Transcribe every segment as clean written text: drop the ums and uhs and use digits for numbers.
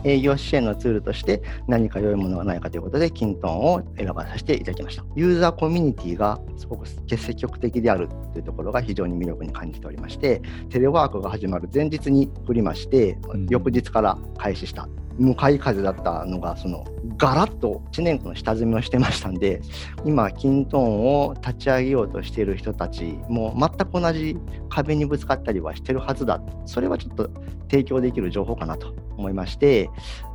営業支援のツールとして何か良いものがないかということで、キントンを選ばさせていただきました。ユーザーコミュニティがすごく積極的であるというところが非常に魅力に感じておりまして、テレワークが始まる前日に振りまして、翌日から開始した。向かい風だったのがガラッと1年間の下積みをしてましたんで、今キントンを立ち上げようとしている人たちも全く同じ壁にぶつかったりはしてるはずだ。それはちょっと提供できる情報かなと思いまして。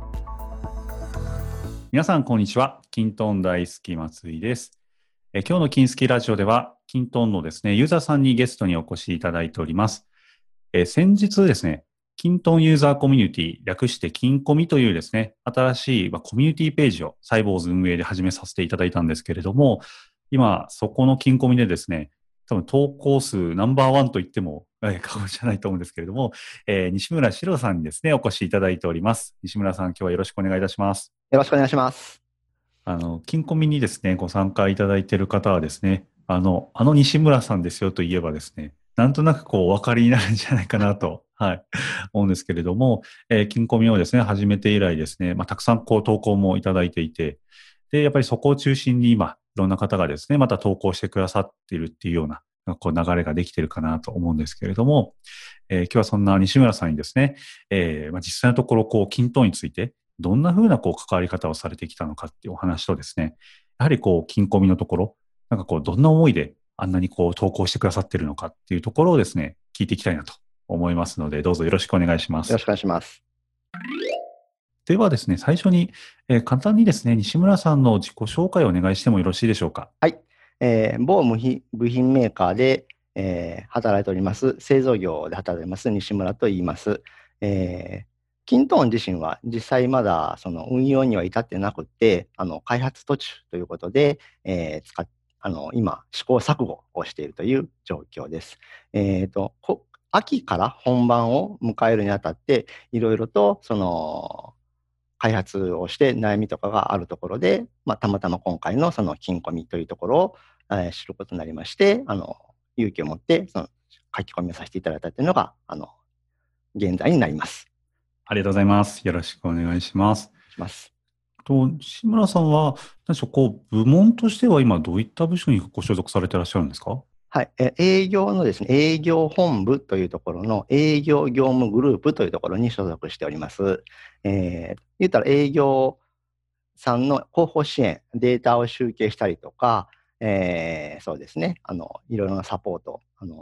皆さんこんにちは。キントン大好き松井です。今日のキンスキラジオではキントンのですねユーザーさんにゲストにお越しいただいております。先日ですねキントンユーザーコミュニティ、略してキンコミというですね、新しいコミュニティページをサイボーズ運営で始めさせていただいたんですけれども、今、そこのキンコミでですね、多分投稿数ナンバーワンと言っても過言じゃないと思うんですけれども、西村史郎さんにですね、お越しいただいております。西村さん、今日はよろしくお願いいたします。 よろしくお願いします。 キンコミにですね、ご参加いただいている方はですね、西村さんですよと言えばですね、なんとなくお分かりになるんじゃないかなと、思うんですけれども、キンコミをですね、始めて以来ですね、たくさん投稿もいただいていて、で、やっぱりそこを中心に今、いろんな方がですね、また投稿してくださっているっていうような、流れができているかなと思うんですけれども、今日はそんな西村さんにですね、実際のところ、キントンについて、どんな風な関わり方をされてきたのかっていうお話とですね、やはりキンコミのところ、どんな思いであんなに投稿してくださっているのかっていうところをですね、聞いていきたいなと思いますので、どうぞよろしくお願いします。 よろしくお願いします。 ではですね、最初に、簡単にですね、西村さんの自己紹介をお願いしてもよろしいでしょうか。 はい。某部品メーカーで、働いております、製造業で働いております西村と言います。キントン自身は実際まだその運用には至ってなくて、開発途中ということで、今試行錯誤をしているという状況です。秋から本番を迎えるにあたって、いろいろとその開発をして悩みとかがあるところで、たまたま今回のそのキンコミというところを、知ることになりまして、勇気を持ってその書き込みをさせていただいたというのが現在になります。 ありがとうございます。よろしくお願いします。 西村さんは、何でしょう、部門としては今どういった部署にご所属されていらっしゃるんですか？ はい、営業のですね、営業本部というところの営業業務グループというところに所属しております。言ったら営業さんの広報支援、データを集計したりとか、そうですね、いろいろなサポート、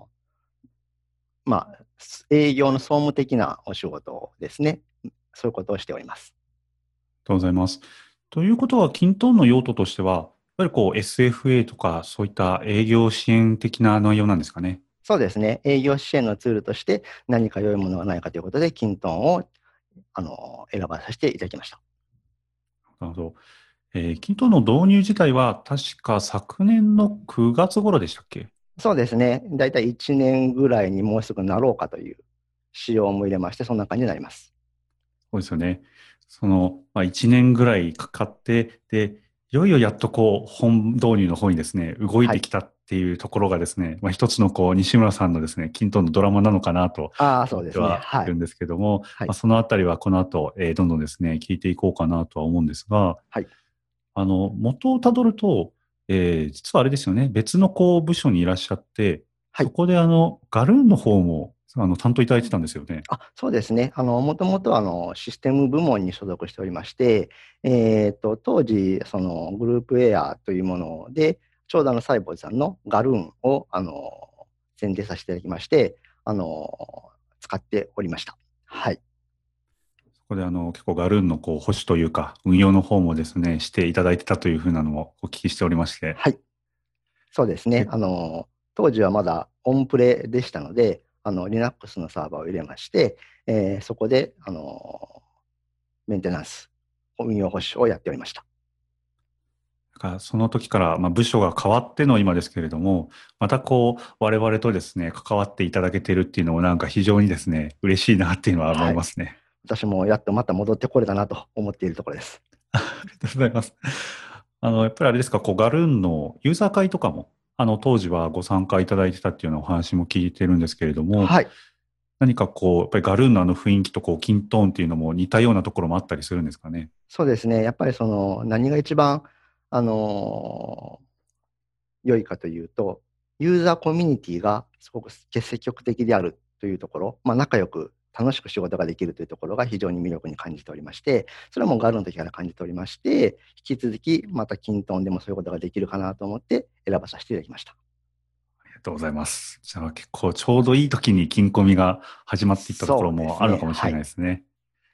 営業の総務的なお仕事ですね。そういうことをしております。 ありがとうございます。ということは、キントンの用途としては、やっぱりSFA とか、そういった営業支援的な内容なんですかね。 そうですね。営業支援のツールとして何か良いものがないかということで、キントンを選ばさせていただきました。 なるほど。キントンの導入自体は、確か昨年の9月頃でしたっけ？ そうですね。だいたい1年ぐらいにもうすぐなろうかという仕様も入れまして、そんな感じになります。 そうですよね。1年ぐらいかかって、で、いよいよやっと本導入の方にですね、動いてきたっていうところがですね、一つの西村さんのですね、キントンのドラマなのかなとそうですね。 思ってはいるんですけども、 はい。 そのあたりはこの後、どんどんですね、聞いていこうかなとは思うんですが、 はい。 元をたどると、実はあれですよね、別の部署にいらっしゃって、 はい。 そこでガルーンの方も担当いただいてたんですよね。 そうですね。もともとシステム部門に所属しておりまして、当時、そのグループエアーというもので、ちょうどサイボーズさんのガルーンを宣伝させていただきまして、使っておりました。はい。 そこで結構ガルーンの保守というか、運用の方もですね、していただいてたというふうなのもお聞きしておりまして。 はい。そうですね。当時はまだオンプレでしたので、Linux のサーバーを入れまして、そこで、メンテナンス、運用保守をやっておりました。 その時から、部署が変わっての今ですけれども、また我々とですね、関わっていただけてるっていうのも非常にですね、嬉しいなっていうのは思いますね。 私もやっとまた戻ってこれたなと思っているところです。 ありがとうございます。やっぱりあれですか、ガルーンのユーザー会とかも、当時はご参加いただいてたっていうようなお話も聞いてるんですけれども、 はい。 何かこう、やっぱりガルーンのあの雰囲気とこう、キントーンっていうのも似たようなところもあったりするんですかね。 そうですね。やっぱりその何が一番、あの良いかというと、ユーザーコミュニティがすごく積極的であるというところ、まあ、仲良く楽しく仕事ができるというところが非常に魅力に感じておりまして、それはもうガルの時から感じておりまして、引き続きまたキントンでもそういうことができるかなと思って選ばさせていただきました。 ありがとうございます。じゃあ結構ちょうどいい時に金込みが始まっていったところそうですね。 もあるのかもしれはい。 ないですね。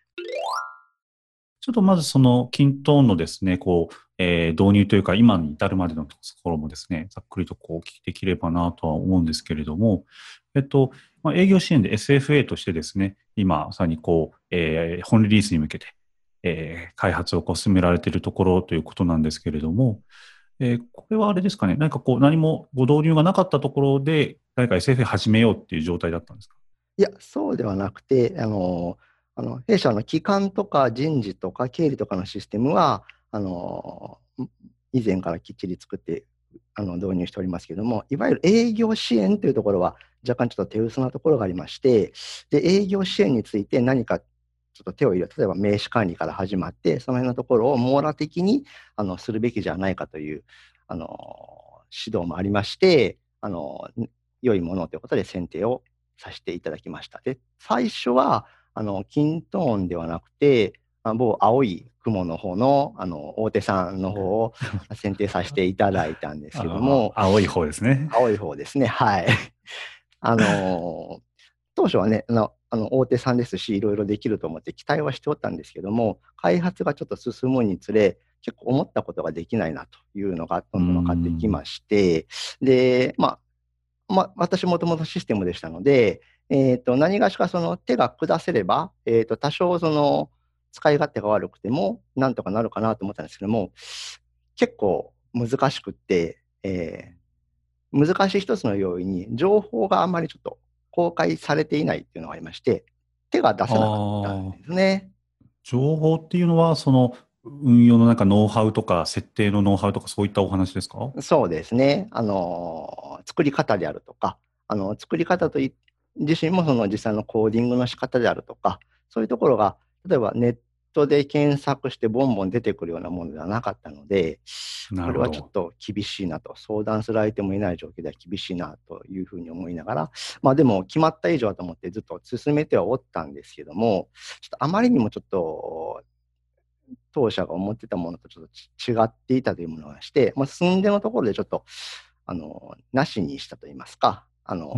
ちょっとまずそのキントーンのですね、こう、導入というか今に至るまでのところもですね、ざっくりとこうお聞きできればなとは思うんですけれども、まあ、営業支援で SFA としてですね、今まさにこう、本リリースに向けて、開発をこう進められているところということなんですけれども、これはあれですかね、何かこう何もご導入がなかったところで、誰か SFA 始めようっていう状態だったんですか？ いや、そうではなくて、弊社の機関とか人事とか経理とかのシステムは、以前からきっちり作って導入しておりますけれども、いわゆる営業支援というところは若干ちょっと手薄なところがありまして、で、営業支援について何かちょっと手を入れる、例えば名刺管理から始まって、その辺のところを網羅的にするべきじゃないかというあの指導もありまして、良いものということで選定をさせていただきました。で、最初はキントーンではなくて、某青い雲の方の大手さんの方を選定させていただいたんですけども、 青い方ですね。 青い方ですね。はい。あの、当初はね、大手さんですし、いろいろできると思って期待はしておったんですけども、開発がちょっと進むにつれ、結構思ったことができないなというのがどうーんどん分かってきん。 まして、で、私もともとシステムでしたので、何がしかその手が下せれば、多少その使い勝手が悪くても、なんとかなるかなと思ったんですけども、結構難しくって、難しい一つの要因に、情報があんまりちょっと公開されていないっていうのがありまして、手が出あせなかったんあ、 ですね。 情報っていうのは、その運用のなんかノウハウとか、設定のノウハウとか、そういったお話ですか？ そうですね。作り方であるとか、作り方と自身もその実際のコーディングの仕方であるとか、そういうところが、例えばネットで検索してボンボン出てくるようなものではなかったので、これはちょっなるほど。 と厳しいなと、相談する相手もいない状況では厳しいなというふうに思いながら、まあでも決まった以上だと思ってずっと進めてはおったんですけども、ちょっとあまりにもちょっと当社が思ってたものとちょっと違っていたというものがして、まあ、寸んでのところでちょっと、なしにしたといいますか、 うん。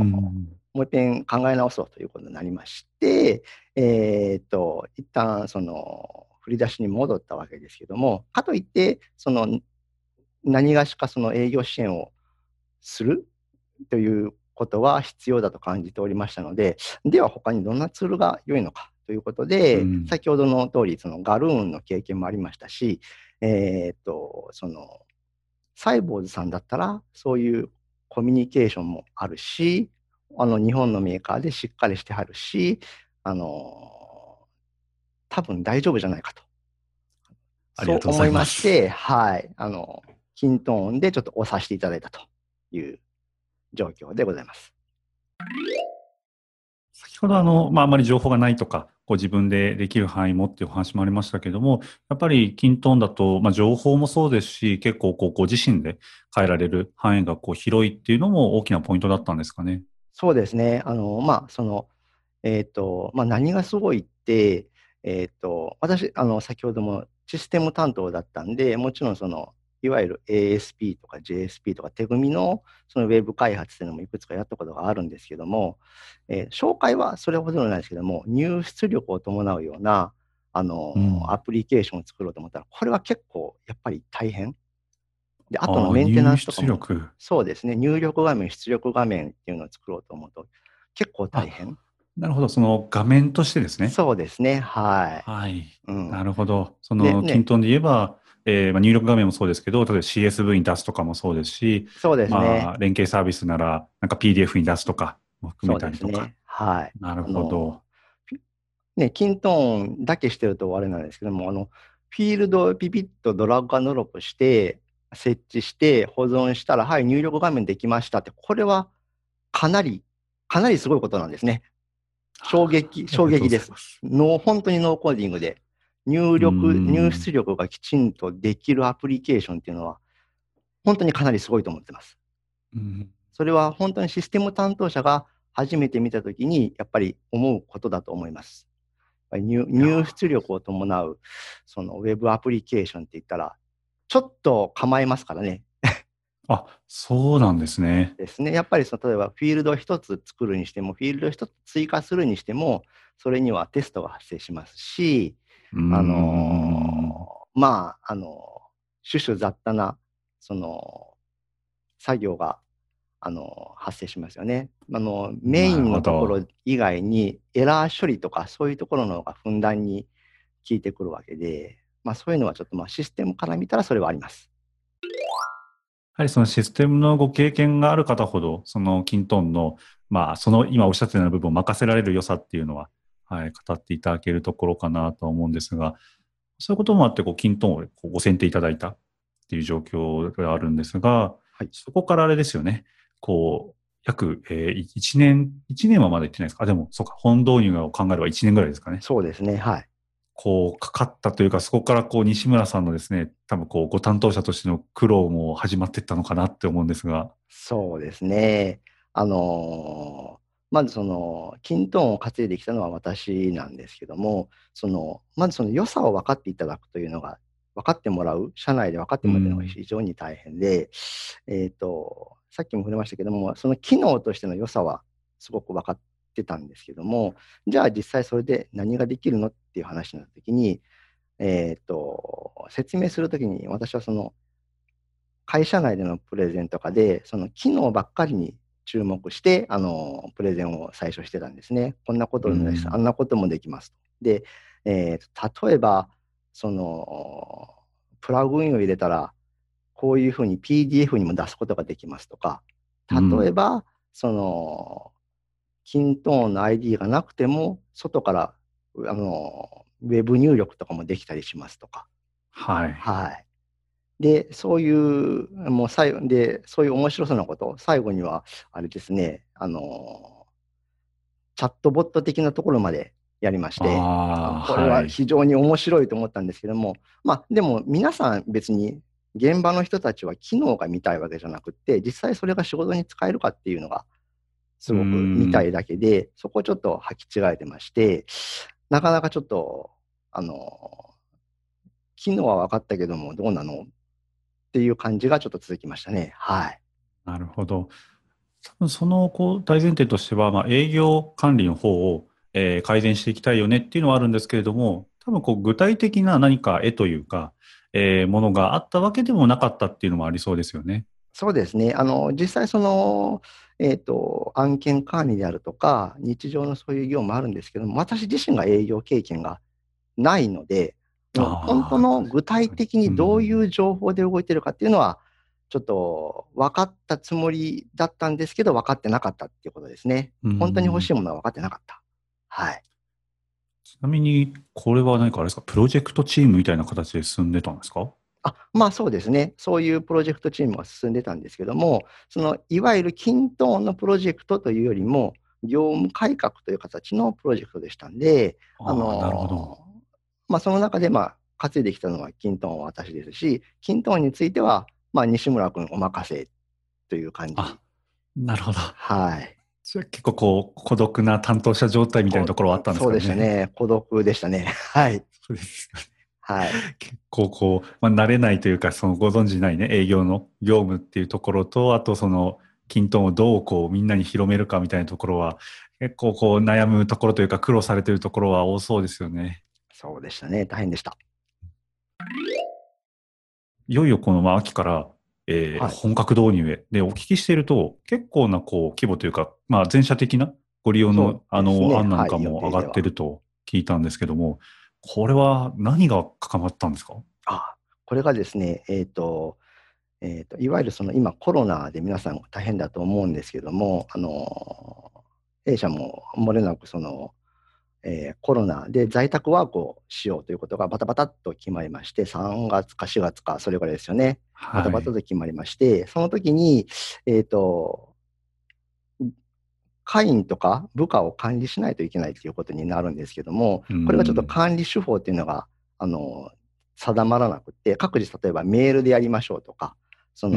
もう一遍考え直そうということになりまして、一旦その振り出しに戻ったわけですけども、かといって、その何がしかその営業支援をするということは必要だと感じておりましたので、では他にどんなツールが良いのかということで、 うん。 先ほどの通り、そのガルーンの経験もありましたし、そのサイボーズさんだったら、そういうコミュニケーションもあるし、日本のメーカーでしっかりしてはるし、あの、多分大丈夫じゃないかと。 ありがとうございそう思います。 まして、はい、キントーンでちょっと押させていただいたという状況でございます。 先ほどまあ、あまり情報がないとか、こう自分でできる範囲もっていうお話もありましたけども、やっぱりキントーンだと、まあ、情報もそうですし、結構こうご自身で変えられる範囲がこう広いっていうのも大きなポイントだったんですかね。 そうですね。何がすごいって、私、先ほどもシステム担当だったんで、もちろんいわゆる ASP とか JSP とか手組みのそのウェブ開発っていうのもいくつかやったことがあるんですけども、紹介はそれほどではないですけども、入出力を伴うような、アうん。 プリケーションを作ろうと思ったら、これは結構やっぱり大変。で、後のああ、 メンテナ入ンスとかも、 出力。 そうですね、入力画面、出力画面っていうのを作ろうと思うと、結構大あ、 変。 なるほど。その画面としてですね。 そうですね、はい。 はい。 うん。 なるほど。そで、 の、キンね、 トンで言えば、まあ、入力画面もそうですけど、例えば CSV に出すとかもそうですし、 そうですね、 まあ、連携サービスなら、なんか PDF に出すとかも含めそうたりとか。 ですね、はい。 なるほど。 ピね、キントーンだけしてるとあれなんですけども、フィールドをピピッとドラッグアンドドロップして、設置して保存したら、はい、入力画面できましたって、これはかなり、かなりすごいことなんですね。 衝ありがとうご撃です。 ざいます。 本当にノーコーディングで、 うー入ん。 出力がきちんとできるアプリケーションっていうのは、本当にかなりすごいと思ってます。 うん。 それは本当にシステム担当者が初めて見たときに、やっぱり思うことだと思います。 いや、 入出力を伴う、そのウェブアプリケーションって言ったら、ちょっと構えますからね。 あ、そうなんですね。 ですね。やっぱり例えばフィールドを一つ作るにしても、フィールドを一つ追加するにしても、それにはテストが発生しますし、 うーん。 まあ、種々雑多な、その、作業が、発生しますよね。メイなるンのところほど。 以外に、エラー処理とか、そういうところの方がふんだんに効いてくるわけで、そういうのはちょっと、システムから見たらそれはあります。 やはりそのシステムのご経験がある方ほど、そのキントーンの、その今おっしゃってたような部分を任せられる良さっていうのは、はい、語っていただけるところかなとは思うんですが、そういうこともあって、キントーンをご選定いただいたっていう状況があるんですが、 はい。 そこからあれですよね、約、1年、1年はまだ行ってないですか？あ、でも、そうか、本導入を考えれば1年ぐらいですかね。 そうですね。はい。 かかったというか、そこから西村さんのですね、多分ご担当者としての苦労も始まっていったのかなって思うんですが。 そうですね。まずキントーンを担いできたのは私なんですけども、まず良さを分かっていただくというのが、分かってもらう、社内で分かってもらうというのがうん。 非常に大変で、さっきも触れましたけども、その機能としての良さはすごく分かってたんですけども、じゃあ実際それで何ができるのっていう話になったときに、説明するときに私は会社内でのプレゼンとかで、その機能ばっかりに注目して、プレゼンを最初してたんですね。こんなことうです、あん。 んなこともできますと。で、例えば、プラグインを入れたら、こういうふうに PDF にも出すことができますとか、 うん。 例えば、キントーンの ID がなくても、外から、ウェブ入力とかもできたりしますとか。 はい。 はい。で、そういう、もう最後で、そういう面白そうなこと、最後には、あれですね、チャットボット的なところまでやりまして、 ああ、 これははい。 非常に面白いと思ったんですけども、でも皆さん別に現場の人たちは機能が見たいわけじゃなくって、実際それが仕事に使えるかっていうのがすうごく見たん。 いだけで、そこをちょっと履き違えてまして、なかなかちょっと、あの、機能は分かったけども、どうなのっていう感じがちょっと続きましたね。はい。 なるほど。多分その大前提としては、営業管理の方を、改善していきたいよねっていうのはあるんですけれども、多分具体的な何か絵というか、ものがあったわけでもなかったっていうのもありそうですよね。 そうですね。実際案件管理であるとか、日常のそういう業務あるんですけども、私自身が営業経験がないので、もう本当ああ、 の具体確かに。う的にどういうん。 情報で動いてるかっていうのは、ちょっと分かったつもりだったんですけど、分かってなかったっていうことですね。 う本当に欲しん。 いものは分かってなかった。はい。 ちなみに、これは何かあれですか、プロジェクトチームみたいな形で進んでたんですか？ そうですね。そういうプロジェクトチームが進んでたんですけども、いわゆるキントーンのプロジェクトというよりも、業務改革という形のプロジェクトでしたんで、 ああ、なるほど。 その中で、担いできたのはキントーンは私ですし、キントーンについては、西村君お任せという感あ、 じ。 なるほど。 はい。 じゃあ結構孤独な担当者状態みたいなところはあったんですそうでしたかね。 ね。孤独でしたね。はい。 そうですよね。 はい。 結構慣れないというか、ご存じないね、営業の業務っていうところと、あと均等をどうみんなに広めるかみたいなところは、結構悩むところというか苦労されてるところは多そうですよね。 そうでしたね。大変でした。 いよいよこの秋から、 はい。 本格導入へ。で、お聞きしていると、結構な規模というか、全社的なご利用そうのですね。 案なんはい。予かも上がって定では。 ると聞いたんですけども、これは何が関わったんですか？ これがですね、いわゆる今コロナで皆さん大変だと思うんですけども、弊社も漏れなくコロナで在宅ワークをしようということがバタバタっと決まりまして、3月か4月かそれぐらいですよね。バタバタとはい。 決まりまして、その時に、えっと、 会員とか部下を管理しないといけないということになるんですけども、 うこれがちょっとん。 管理手法っていうのが、定まらなくて、各自例えばメールでやりましょうとか、 うん。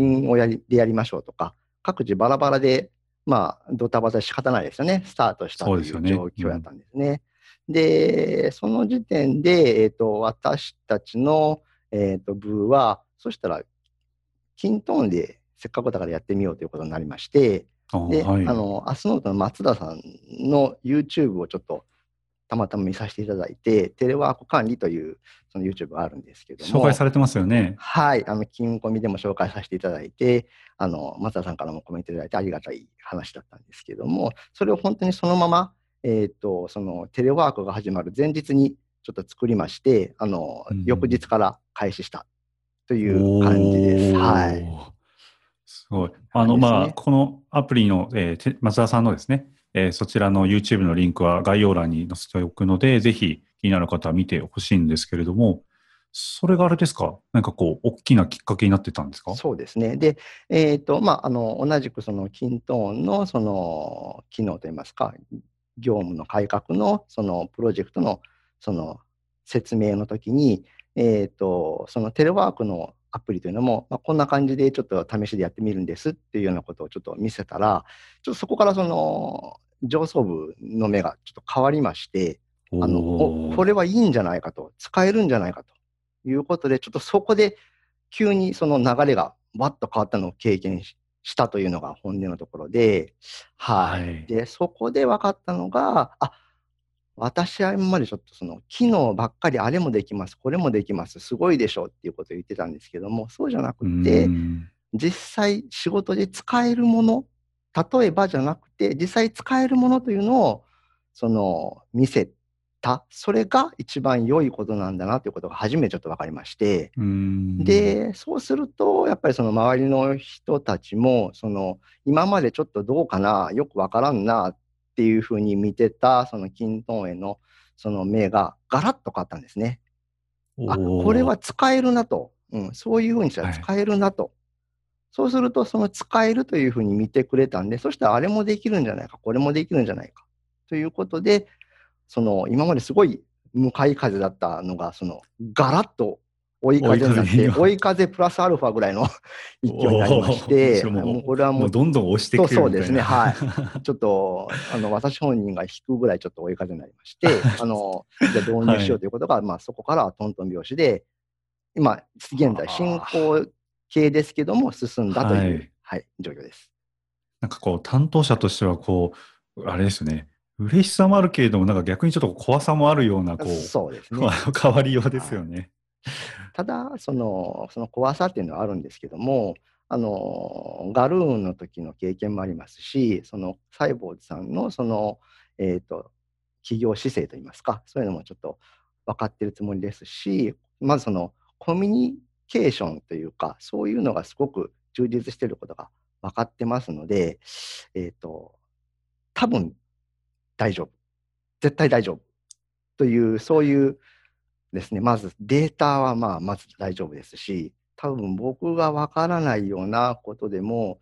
LINE でやりましょうとか、各自バラバラで、ドタバタ仕方ないですよね。スタートしたそうというですよね。うん。 状況だったんですね。で、その時点で、私たちの、部は、そしたら、キントーンでせっかくだからやってみようということになりまして、で、 はい。 アスノートの松田さんの YouTube をちょっとたまたま見させていただいて、テレワーク管理というその YouTube があるんですけども、 紹介されてますよね。 はい、金コミでも紹介させていただいて、松田さんからもコメントいただいてありがたい話だったんですけども、それを本当にそのまま、そのテレワークが始まる前日にちょっと作りまして、 う翌日ん。 から開始したという感じです。はい。 おー。すごい。 感じですね。 このアプリの、松田さんのですね、そちらの YouTube のリンクは概要欄に載せておくので、ぜひ気になる方は見てほしいんですけれども、それがあれですか？なんかこう、大きなきっかけになってたんですか？ そうですね。で、同じくそのキントーンのその機能といいますか、業務の改革のそのプロジェクトのその説明の時に、そのテレワークのアプリというのも、こんな感じでちょっと試しでやってみるんですっていうようなことをちょっと見せたら、ちょっとそこからその上層部の目がちょっと変わりまして、これおー。 はいいんじゃないかと、使えるんじゃないかということで、ちょっとそこで急にその流れがバッと変わったのを経験したというのが本音のところで、はい。 はい。 で、そこで分かったのが、私は今までちょっとその機能ばっかりあれもできます、これもできます、すごいでしょうっていうことを言ってたんですけども、そうじゃなうーくて、 ん。 実際仕事で使えるもの、例えばじゃなくて、実際使えるものというのを、見せた。それが一番良いことなんだなということが初めてちょっと分かりまして、 うーん。 で、そうすると、やっぱりその周りの人たちも、今までちょっとどうかな、よくわからんなっていうふうに見てた、その均等へのその目がガラッと変わったんですね。これおー。 は使えるなと。そういうふうにしたらはい。 使えるなと。そうすると、その使えるというふうに見てくれたんで、そしたらあれもできるんじゃないか、これもできるんじゃないか。ということで、今まですごい向かい風だったのが、ガラッと追い追い風になって、 風に今。 追い風プラスアルファぐらいの勢いになりましおー。むして、 ろもうこもう、 れはもう、 もうどんどん押してそうくれるみたいな。 そうですね、はい。ちょっと、私本人が引くぐらいちょっと追い風になりまして、じゃあ導入しようはい。 ということが、そこからはトントン拍子で、今、現在進はあ。 行形ですけども、進んだという、 はい。 はい、状況です。 なんかこう、担当者としてはこう、あれですよね。嬉しさもあるけれども、なんか逆にちょっと怖さもあるような、こう、 そうですね。 変わりようですはい。 よね。 ただ、その怖さっていうのはあるんですけども、ガルーンの時の経験もありますし、サイボーズさんの企業姿勢といいますか、そういうのもちょっと分かってるつもりですし、まずコミュニケーションというか、そういうのがすごく充実していることが分かってますので、えっと、多分大丈夫。絶対大丈夫。という、そういうですね、まずデータはまず大丈夫ですし、多分僕がわからないようなことでも、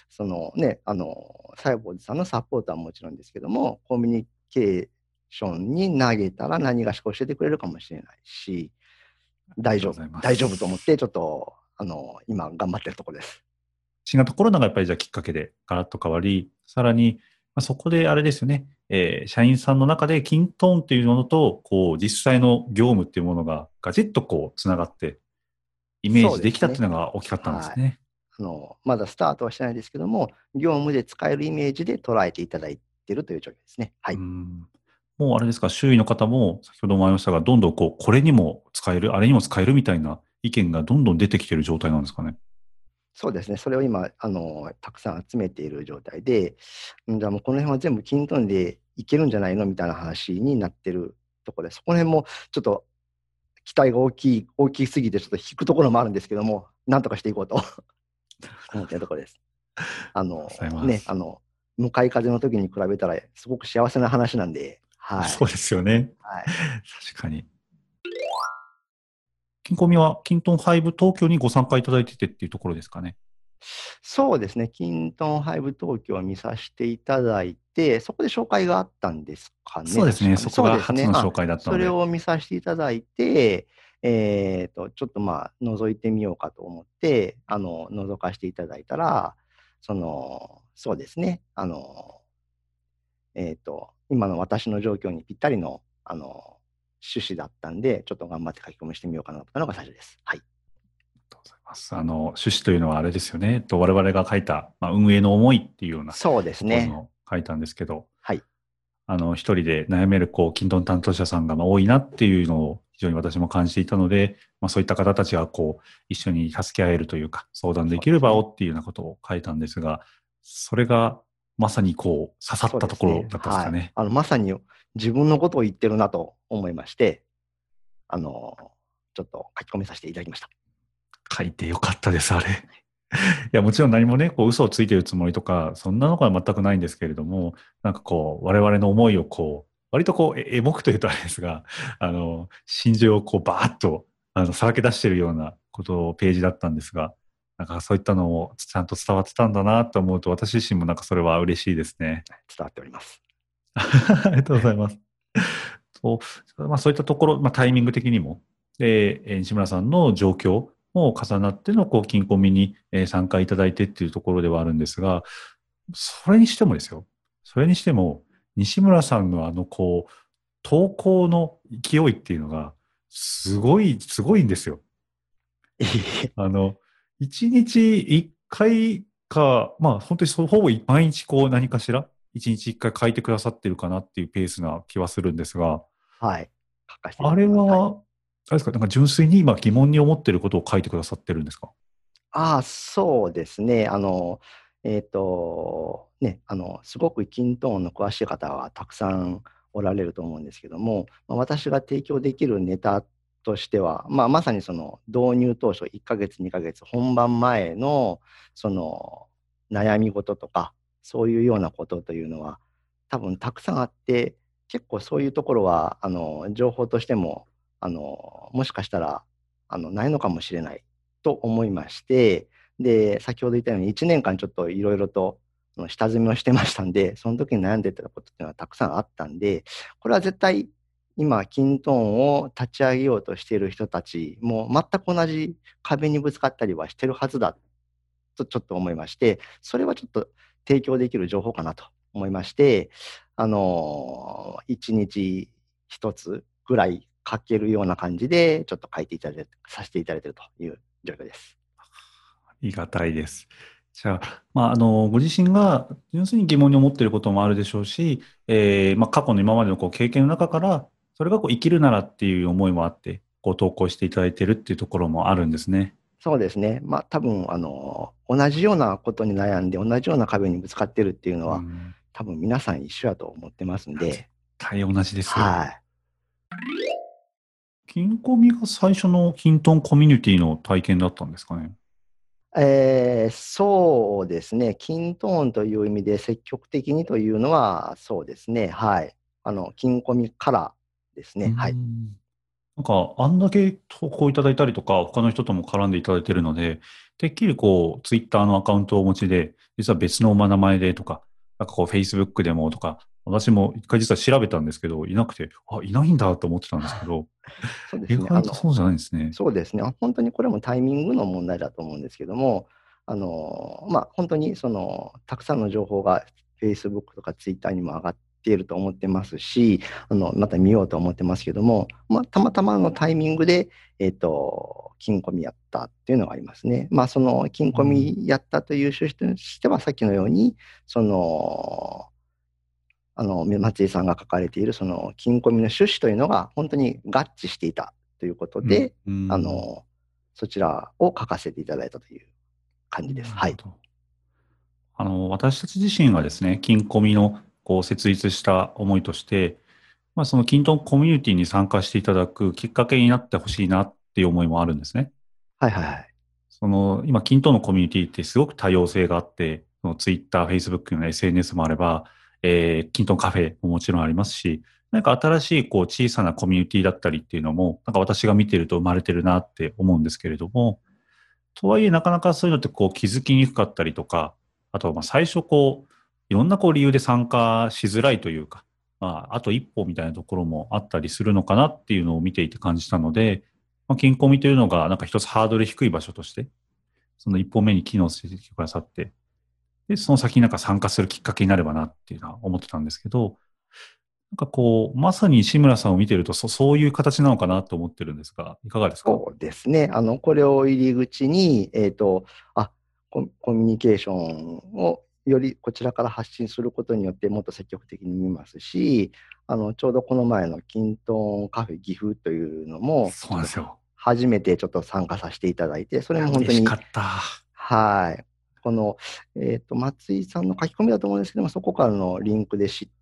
サイボーズさんのサポートはもちろんですけども、コミュニケーションに投げたら何がしか教えてくれるかもしれないし、 ありがとうございま大丈夫と思って、 す。 ちょっと、今頑張ってるところです。 新型コロナがやっぱりじゃあきっかけでガラッと変わり、さらに、そこであれですよね、社員さんの中でキントーンっていうものと、こう、実際の業務っていうものがガチッとこう、つながって、イメージできたってそうですね。 いうのが大きかったんではい。 すね。 まだスタートはしてないですけども、業務で使えるイメージで捉えていただいているという状況ですね。はうい。 ん。もうあれですか、周囲の方も、先ほどもありましたが、どんどんこう、これにも使える、あれにも使えるみたいな意見がどんどん出てきている状態なんですかね。 そうですね。それを今、たくさん集めている状態で、じゃあもうこの辺は全部キントンでいけるんじゃないのみたいな話になってるところで、そこら辺もちょっと期待が大きすぎてちょっと引くところもあるんですけども、なんとかしていこうと思っているところです。 ありがとうございます。 向かい風の時に比べたらすごく幸せな話なんで、はい。 そうですよね。 はい。 確かに。金コミは、キントン5東京にご参加いただいててっていうところですかね。 そうですね、キントンハイブ東京を見させていただいて、そこで紹介があったんですかね、 そうですね。 確かね。 そこがそうですね。 初の紹介だったそれので。 を見させていただいて、ちょっと覗いてみようかと思って、覗かせていただいたら、そうですね、今の私の状況にぴったりの、趣旨だったんで、ちょっと頑張って書き込みしてみようかなと思ったのが最初です。はい。 とうございます。趣旨というのはあれですよね。我々が書いた、運営の思いっていうようなそうですね。 ところの書いたんですけど、 はい。 一人で悩める、キントン担当者さんが多いなっていうのを非常に私も感じていたので、そういった方たちが一緒に助け合えるというか、相談できる場をそうですね。 っていうようなことを書いたんですが、それがまさに刺さそうったとですね。 ころだったんですはい。 かね。 まさに自分のことを言ってるなと思いまして、あの、ちょっと書き込みさせていただきました。 書いてよかったです、あれ。いや、もちろん何もね、嘘をついてるつもりとか、そんなのが全くないんですけれども、なんか我々の思いを割とエモくというとあれですが、心情をバーッと、さらけ出してるようなことをページだったんですが、なんかそういったのをちゃんと伝わってたんだなと思うと、私自身もなんかそれは嬉しいですね。 伝わっております。 ありがとうございます。そういったところ、タイミング的にも、西村さんの状況も重なっての、金庫見に参加いただいてっていうところではあるんですが、それにしてもですよ。それにしても、西村さんの投稿の勢いっていうのが、すごいんですよ。 いえいえ。 あの、一日一回か、本当にほぼ毎日何かしら、一日一回書いてくださってるかなっていうペースな気はするんですが、 はい。書かせていたあれだいてます。はい。 は、あれですか、なんか純粋に今疑問に思ってることを書いてくださってるんですか？ ああ、そうですね。すごくキントーンの詳しい方はたくさんおられると思うんですけども、私が提供できるネタとしては、まさにその導入当初1ヶ月、2ヶ月、本番前のその悩み事とか、そういうようなことというのは、多分たくさんあって、結構そういうところは、情報としても、もしかしたら、ないのかもしれないと思いまして、で、先ほど言ったように1年間ちょっといろいろと下積みをしてましたんで、その時に悩んでたことっていうのはたくさんあったんで、これは絶対今、キントーンを立ち上げようとしている人たちも全く同じ壁にぶつかったりはしてるはずだとちょっと思いまして、それはちょっと提供できる情報かなと思いまして、1日1つぐらい書けるような感じで、ちょっと書いていただいて、させていただいているという状況です。 ありがたいです。じゃあ、ご自身が純粋に疑問に思っていることもあるでしょうし、過去の今までの経験の中から、それが生きるならっていう思いもあって、投稿していただいているっていうところもあるんですね。 そうですね。多分、同じようなことに悩んで、同じような壁にぶつかってるっていうのは、 うん。 多分皆さん一緒やと思ってますん絶で、 対同じです。 はい。 金コミが最初のキントンコミュニティの体験だったんですかね。 そうですね。キントーンという意味で積極的にというのは、そうですね。はい。金コミからですうね。はい。 ん。なんか、あんだけ投稿いただいたりとか、他の人とも絡んでいただいているので、てっきりツイッターのアカウントをお持ちで、実は別の名前でとか、なんかFacebook でもとか、私も一回実は調べたんですけど、いなくて、いないんだと思ってたんですけど、意そうですね。 外とそうじゃないんですね。 そうですね。本当にこれもタイミングの問題だと思うんですけども、本当にたくさんの情報が Facebook とか Twitter にも上がっていると思ってますし、また見ようと思ってますけども、たまたまのタイミングで、金込みやったっていうのがありますね。その金込うん。 みやったという趣旨としては、さっきのように、その、松井さんが書かれているその金込みの趣旨というのが本当に合致していたということうん。 で、 うん。 そちらを書かせていただいたという感じです。はい。 なるほど。私たち自身がですね、金コミの設立した思いとして、そのキントンコミュニティに参加していただくきっかけになってほしいなっていう思いもあるんですね。 はいはいはい。 今、キントンのコミュニティってすごく多様性があって、ツイッター、フェイスブックの SNS もあれば、キントンカフェももちろんありますし、なんか新しい小さなコミュニティだったりっていうのも、なんか私が見てると生まれてるなって思うんですけれども、 とはいえ、なかなかそういうのってこう気づきにくかったりとか、あとはまあ最初こう、いろんなこう理由で参加しづらいというか、まあ、あと一歩みたいなところもあったりするのかなっていうのを見ていて感じたので、まあ、金込みというのがなんか一つハードル低い場所として、その一歩目に機能してくださって、で、その先になんか参加するきっかけになればなっていうのは思ってたんですけど、なんかこう、まさに志村さんを見てるとそういう形なのかなと思ってるんですが、いかがですか？ そうですね。これを入り口に、あ、コミュニケーションをよりこちらから発信することによってもっと積極的に見ますし、ちょうどこの前のキントンカフェ岐阜というのも、 そうちょっとなんですよ。 初めてちょっと参加させていただいて、それいや、 も本当に、 嬉しかった。 はい。この、松井さんの書き込みだと思うんですけども、そこからのリンクで知って、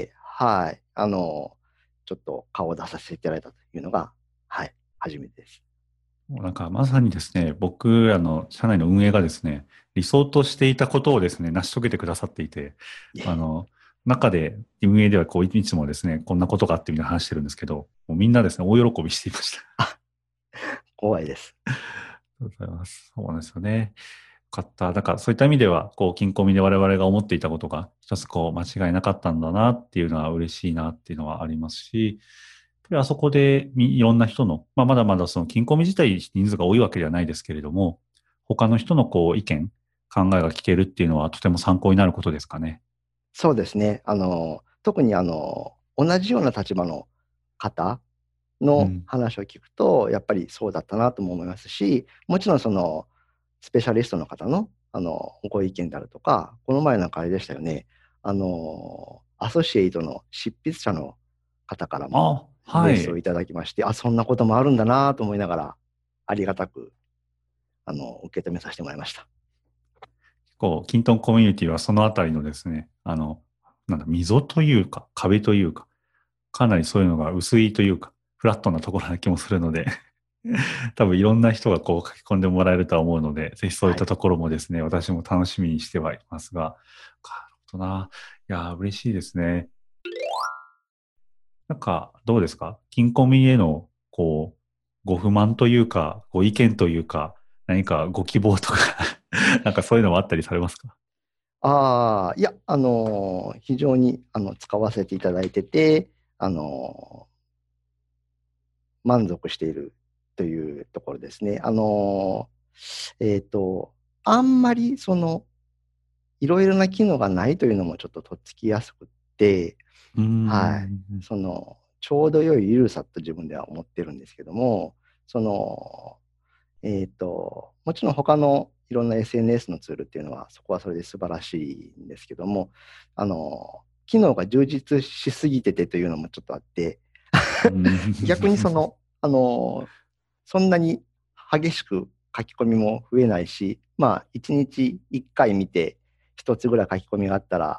はい。ちょっと顔を出させていただいたというのが、はい。初めてです。 もうなんかまさにですね、僕らの社内の運営がですね、理想としていたことをですね、成し遂げてくださっていて、あの、中で運営ではこういつもですね、こんなことがあってみたいな話してるんですけど、もうみんなですね、大喜びしていました。 怖いです。 ありがとうございます。そうなんですよね。よかった。だからそういった意味では、こう、金込みで我々が思っていたことが、一つこう、間違いなかったんだなっていうのは嬉しいなっていうのはありますし、やっぱりあそこでいろんな人の、まあ、まだまだその金込み自体人数が多いわけではないですけれども、他の人のこう、意見、考えが聞けるっていうのはとても参考になることですかね。 そうですね。特に同じような立場の方のうん。 話を聞くと、やっぱりそうだったなとも思いますし、もちろんそのスペシャリストの方の、ご意見であるとか、この前なんかあれでしたよね、アソシエイトの執筆者の方からもあ、はい。 メスをいただきまして、あ、そんなこともあるんだなと思いながら、ありがたく受け止めさせてもらいました。 こう、キントンコミュニティはそのあたりのですね、なんだ、溝というか、壁というか、かなりそういうのが薄いというか、フラットなところな気もするので多分いろんな人がこう書き込んでもらえるとは思うので、ぜひそういっはい。 たところもですね、私も楽しみにしてはいますが、なるほどな。いやー、嬉しいですね。なんか、どうですか？金コミへの、こう、ご不満というか、ご意見というか、何かご希望とかなんかそういうのもあったりされますか？ ああ、いや、非常に使わせていただいてて、あの満足しているというところですね。えっと、あんまりいろいろな機能がないというのもちょっととっつきやすくって、 うーはい。 ん。 ちょうど良い緩さと自分では思ってるんですけども、その、もちろん他のいろんな SNS のツールっていうのは、そこはそれで素晴らしいんですけども、機能が充実しすぎててというのもちょっとあって、 うー逆にん。 そんなに激しく書き込みも増えないし、まあ、1日1回見て、1つぐらい書き込みがあったら、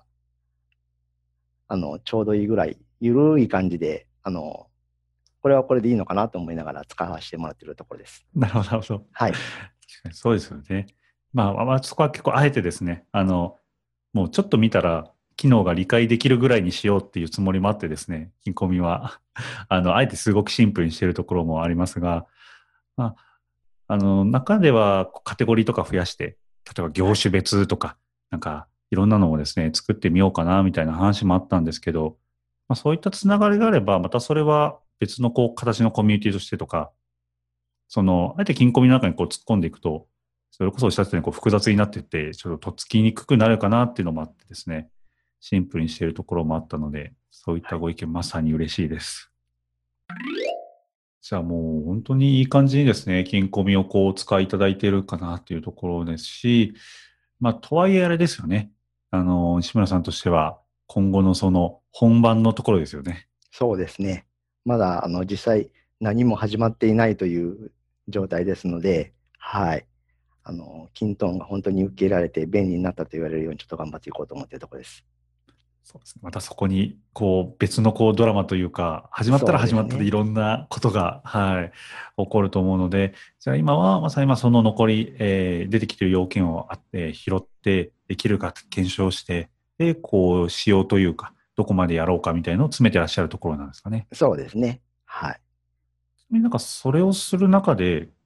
ちょうどいいぐらい、ゆるい感じで、これはこれでいいのかなと思いながら使わせてもらっているところです。 なるほど、なるほど。 はい。 確かにそうですよね。そこは結構あえてですね、もうちょっと見たら、機能が理解できるぐらいにしようっていうつもりもあってですね、金込みは、あえてすごくシンプルにしているところもありますが、ま中ではカテゴリーとか増やして、例えば業はい。 種別とか、なんか、いろんなのをですね、作ってみようかな、みたいな話もあったんですけど、まあ、そういったつながりがあれば、またそれは別のこう、形のコミュニティとしてとか、あえて金庫ミの中にこう突っ込んでいくと、それこそおっしゃったようにこう複雑になっていって、ちょっととっつきにくくなるかなっていうのもあってですね、シンプルにしているところもあったので、そういったはい。 ご意見まさに嬉しいです。じゃあもう本当にいい感じにですね、金庫ミをこうお使いいただいているかなというところですし、まあとはいえあれですよね。西村さんとしては今後のその本番のところですよね。 そうですね。まだ、実際何も始まっていないという状態ですので、はい。キントーンが本当に受け入れられて便利になったと言われるようにちょっと頑張っていこうと思っているところです。 そうですね。またそこに、こう、別のこうドラマというか、始まったらそう始まったでいですね。 ろんなことが、はい、起こると思うので、じゃあ今はまさに今その残り、出てきている要件を拾って、できるか検証して、で、こう、しようというか、どこまでやろうかみたいなのを詰めてらっしゃるところなんですかね。 そうですね。はい。 なんかそれをする中で、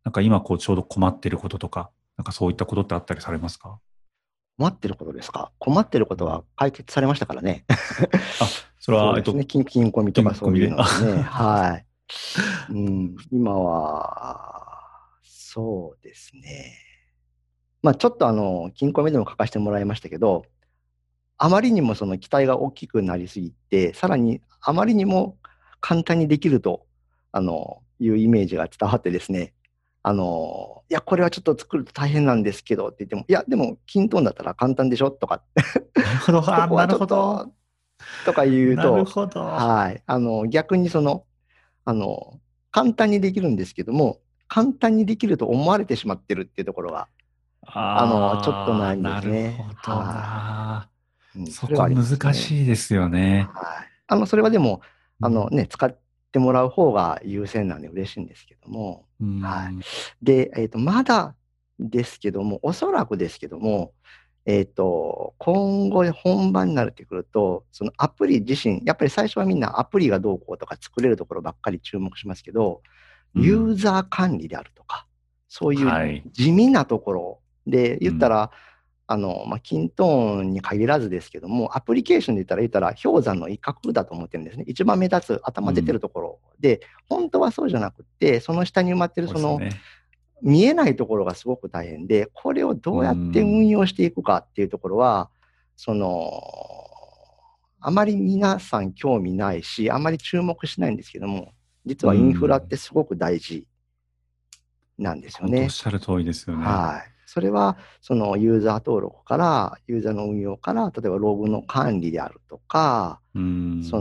なんか今ちょうど困ってることとか、なんかそういったことってあったりされますか？ 困ってることですか？困ってることは解決されましたからね。 あ、それは、 そうですね。金込みとかそういう金込みで。 のはね。はい。今は、そうですね。ちょっと金庫目でも書かせてもらいましたけど、あまりにもその期待が大きくなりすぎて、さらにあまりにも簡単にできると、いうイメージが伝わってですね、いや、これはちょっと作ると大変なんですけどって言っても、いや、でも、キントーンだったら簡単でしょとか、 なるほど。 ここはちょっなるほど。 と、とか言うなると、 ほど。 はい、逆にあの、簡単にできるんですけども、簡単にできると思われてしまってるっていうところが、ちょっとああ、 悩みでなるすね。 ほどはな。 い。そそこれはあります難ね。 しいですよね。 はい。それはでも、 うん。 使ってもらう方が優先なんで嬉しいんですけども、 うはい。 ん。 で、まだですけども、おそらくですけども、今後本番になってくると、そのアプリ自身、やっぱり最初はみんなアプリがどうこうとか作れるところばっかり注目しますけど、ユーうん。 ザー管理であるとか、そういうはい。 地味なところでうん。 言ったら、キントーンに限らずですけども、アプリケーションで言ったら氷山の一角だと思ってるんですね。一番目立つ、頭出てうん。 るところで、本当はそうじゃなくて、その下に埋まってるそうですよね。 見えないところがすごく大変で、これをうどうやって運ん。 用していくかっていうところは、その、あまり皆さん興味ないし、あまり注目しないんですけども、実うはインフラっん。 てすごく大事なんですよ本当おっね。 しゃる通りですよね。 はい。それは、そのユーザー登録から、ユーザーの運用から、例えばログの管理であるとか、 うん。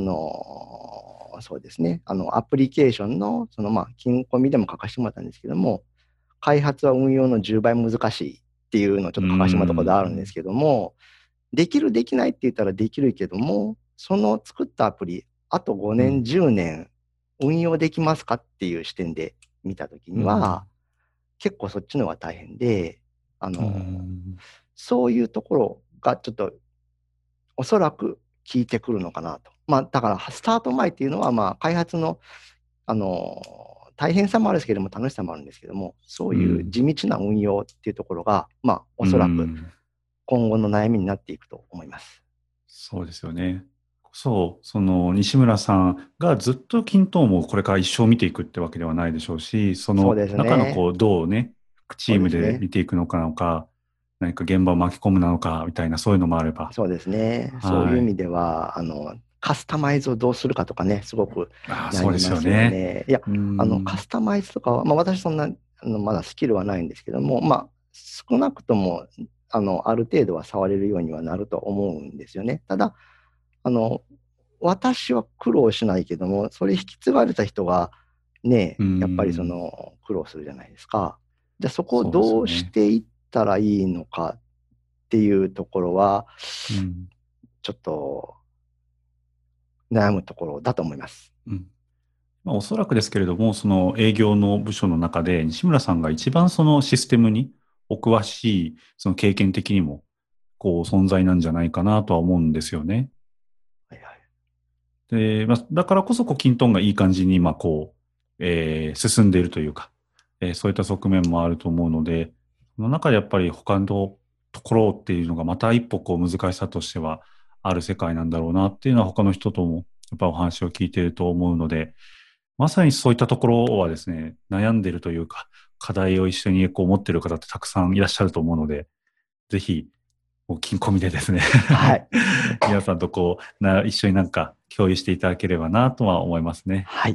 そうですね、アプリケーションの、金込みでも書かせてもらったんですけども、開発は運用の10倍難しいっていうのをちょっうと書かせてもらったことがあるんですん。 けども、できる、できないって言ったらできるけども、その作ったアプリ、あと5年、 うん。 10年運用できますかっていう視点で見たときうには、 ん。 結構そっちの方が大変で、あうの、 ん。 そういうところがちょっとおそらく効いてくるのかなと。だからスタート前っていうのは、開発の、あの、大変さもあるんですけども、楽しさもあるんですけども、そういううん。 地道な運用っていうところが、おうそらくん。 今後の悩みになっていくと思います。 そうですよね。そう、その西村さんがずっとキントーンをこれから一生見ていくってわけではないでしょうし、そのそうです中のね。 どうね、チそうームでですね。 見ていくのかなのか、何か現場を巻き込むなのかみたいなそういうのもあれば。 そうですね。そういうはい。 意味では、カスタマイズをどうするかとかね、すごくああ、そうですよ悩みますよね。 ね。いや、 うーカん。 スタマイズとかは、私そんな、まだスキルはないんですけども、少なくとも、ある程度は触れるようにはなると思うんですよね。ただ、あの、私は苦労しないけども、それ引き継がれた人が、ね、 うーやっぱりん。 苦労するじゃないですか。じゃあそこをそうですどうしよね。 ていったらいいのかっていうところは、 うん。 ちょっと悩むところだと思います。 うん。おそらくですけれども、その営業の部署の中で、西村さんが一番そのシステムにお詳しい、その経験的にも、存在なんじゃないかなとは思うんですよね。 はいはい。 で、だからこそ、キントンがいい感じに今、進んでいるというか、そういった側面もあると思うので、その中でやっぱり他のところっていうのがまた一歩難しさとしてはある世界なんだろうなっていうのは他の人ともやっぱお話を聞いていると思うので、まさにそういったところはですね、悩んでるというか、課題を一緒に持っている方ってたくさんいらっしゃると思うので、ぜひ、金込みでですねはい。 皆さんと一緒になんか共有していただければなとは思いますね。 はい。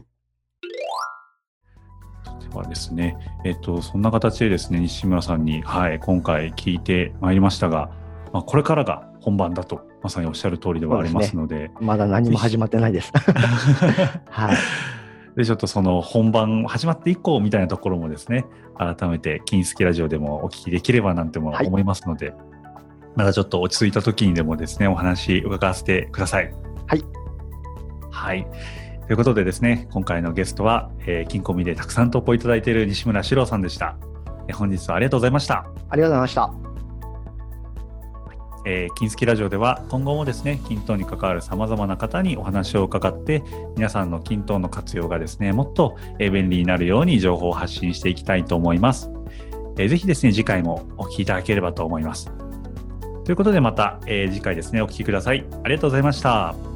ではですね、そんな形でですね、西村さんに、はい、今回聞いてまいりましたが、これからが本番だと、まさにおっしゃる通りではありそうですね。 ますので、 まだ何ぜひ、 も始まってないです。はい。 で、ちょっとその本番始まって以降みたいなところもですね、改めて金スキラジオでもお聞きできればなんてもはい。 思いますので、またちょっと落ち着いた時にでもですね、お話伺わせてください。 はい。 はい。ということでですね、今回のゲストは、金コミでたくさん投稿いただいている西村史郎さんでした。本日はありがとうございました。 ありがとうございました。 金スキラジオでは今後もですね、キントーンに関わる様々な方にお話を伺って、皆さんのキントーンの活用がですね、もっと便利になるように情報を発信していきたいと思います。ぜひですね、次回もお聞きいただければと思います。ということでまた、次回ですね、お聞きください。ありがとうございました。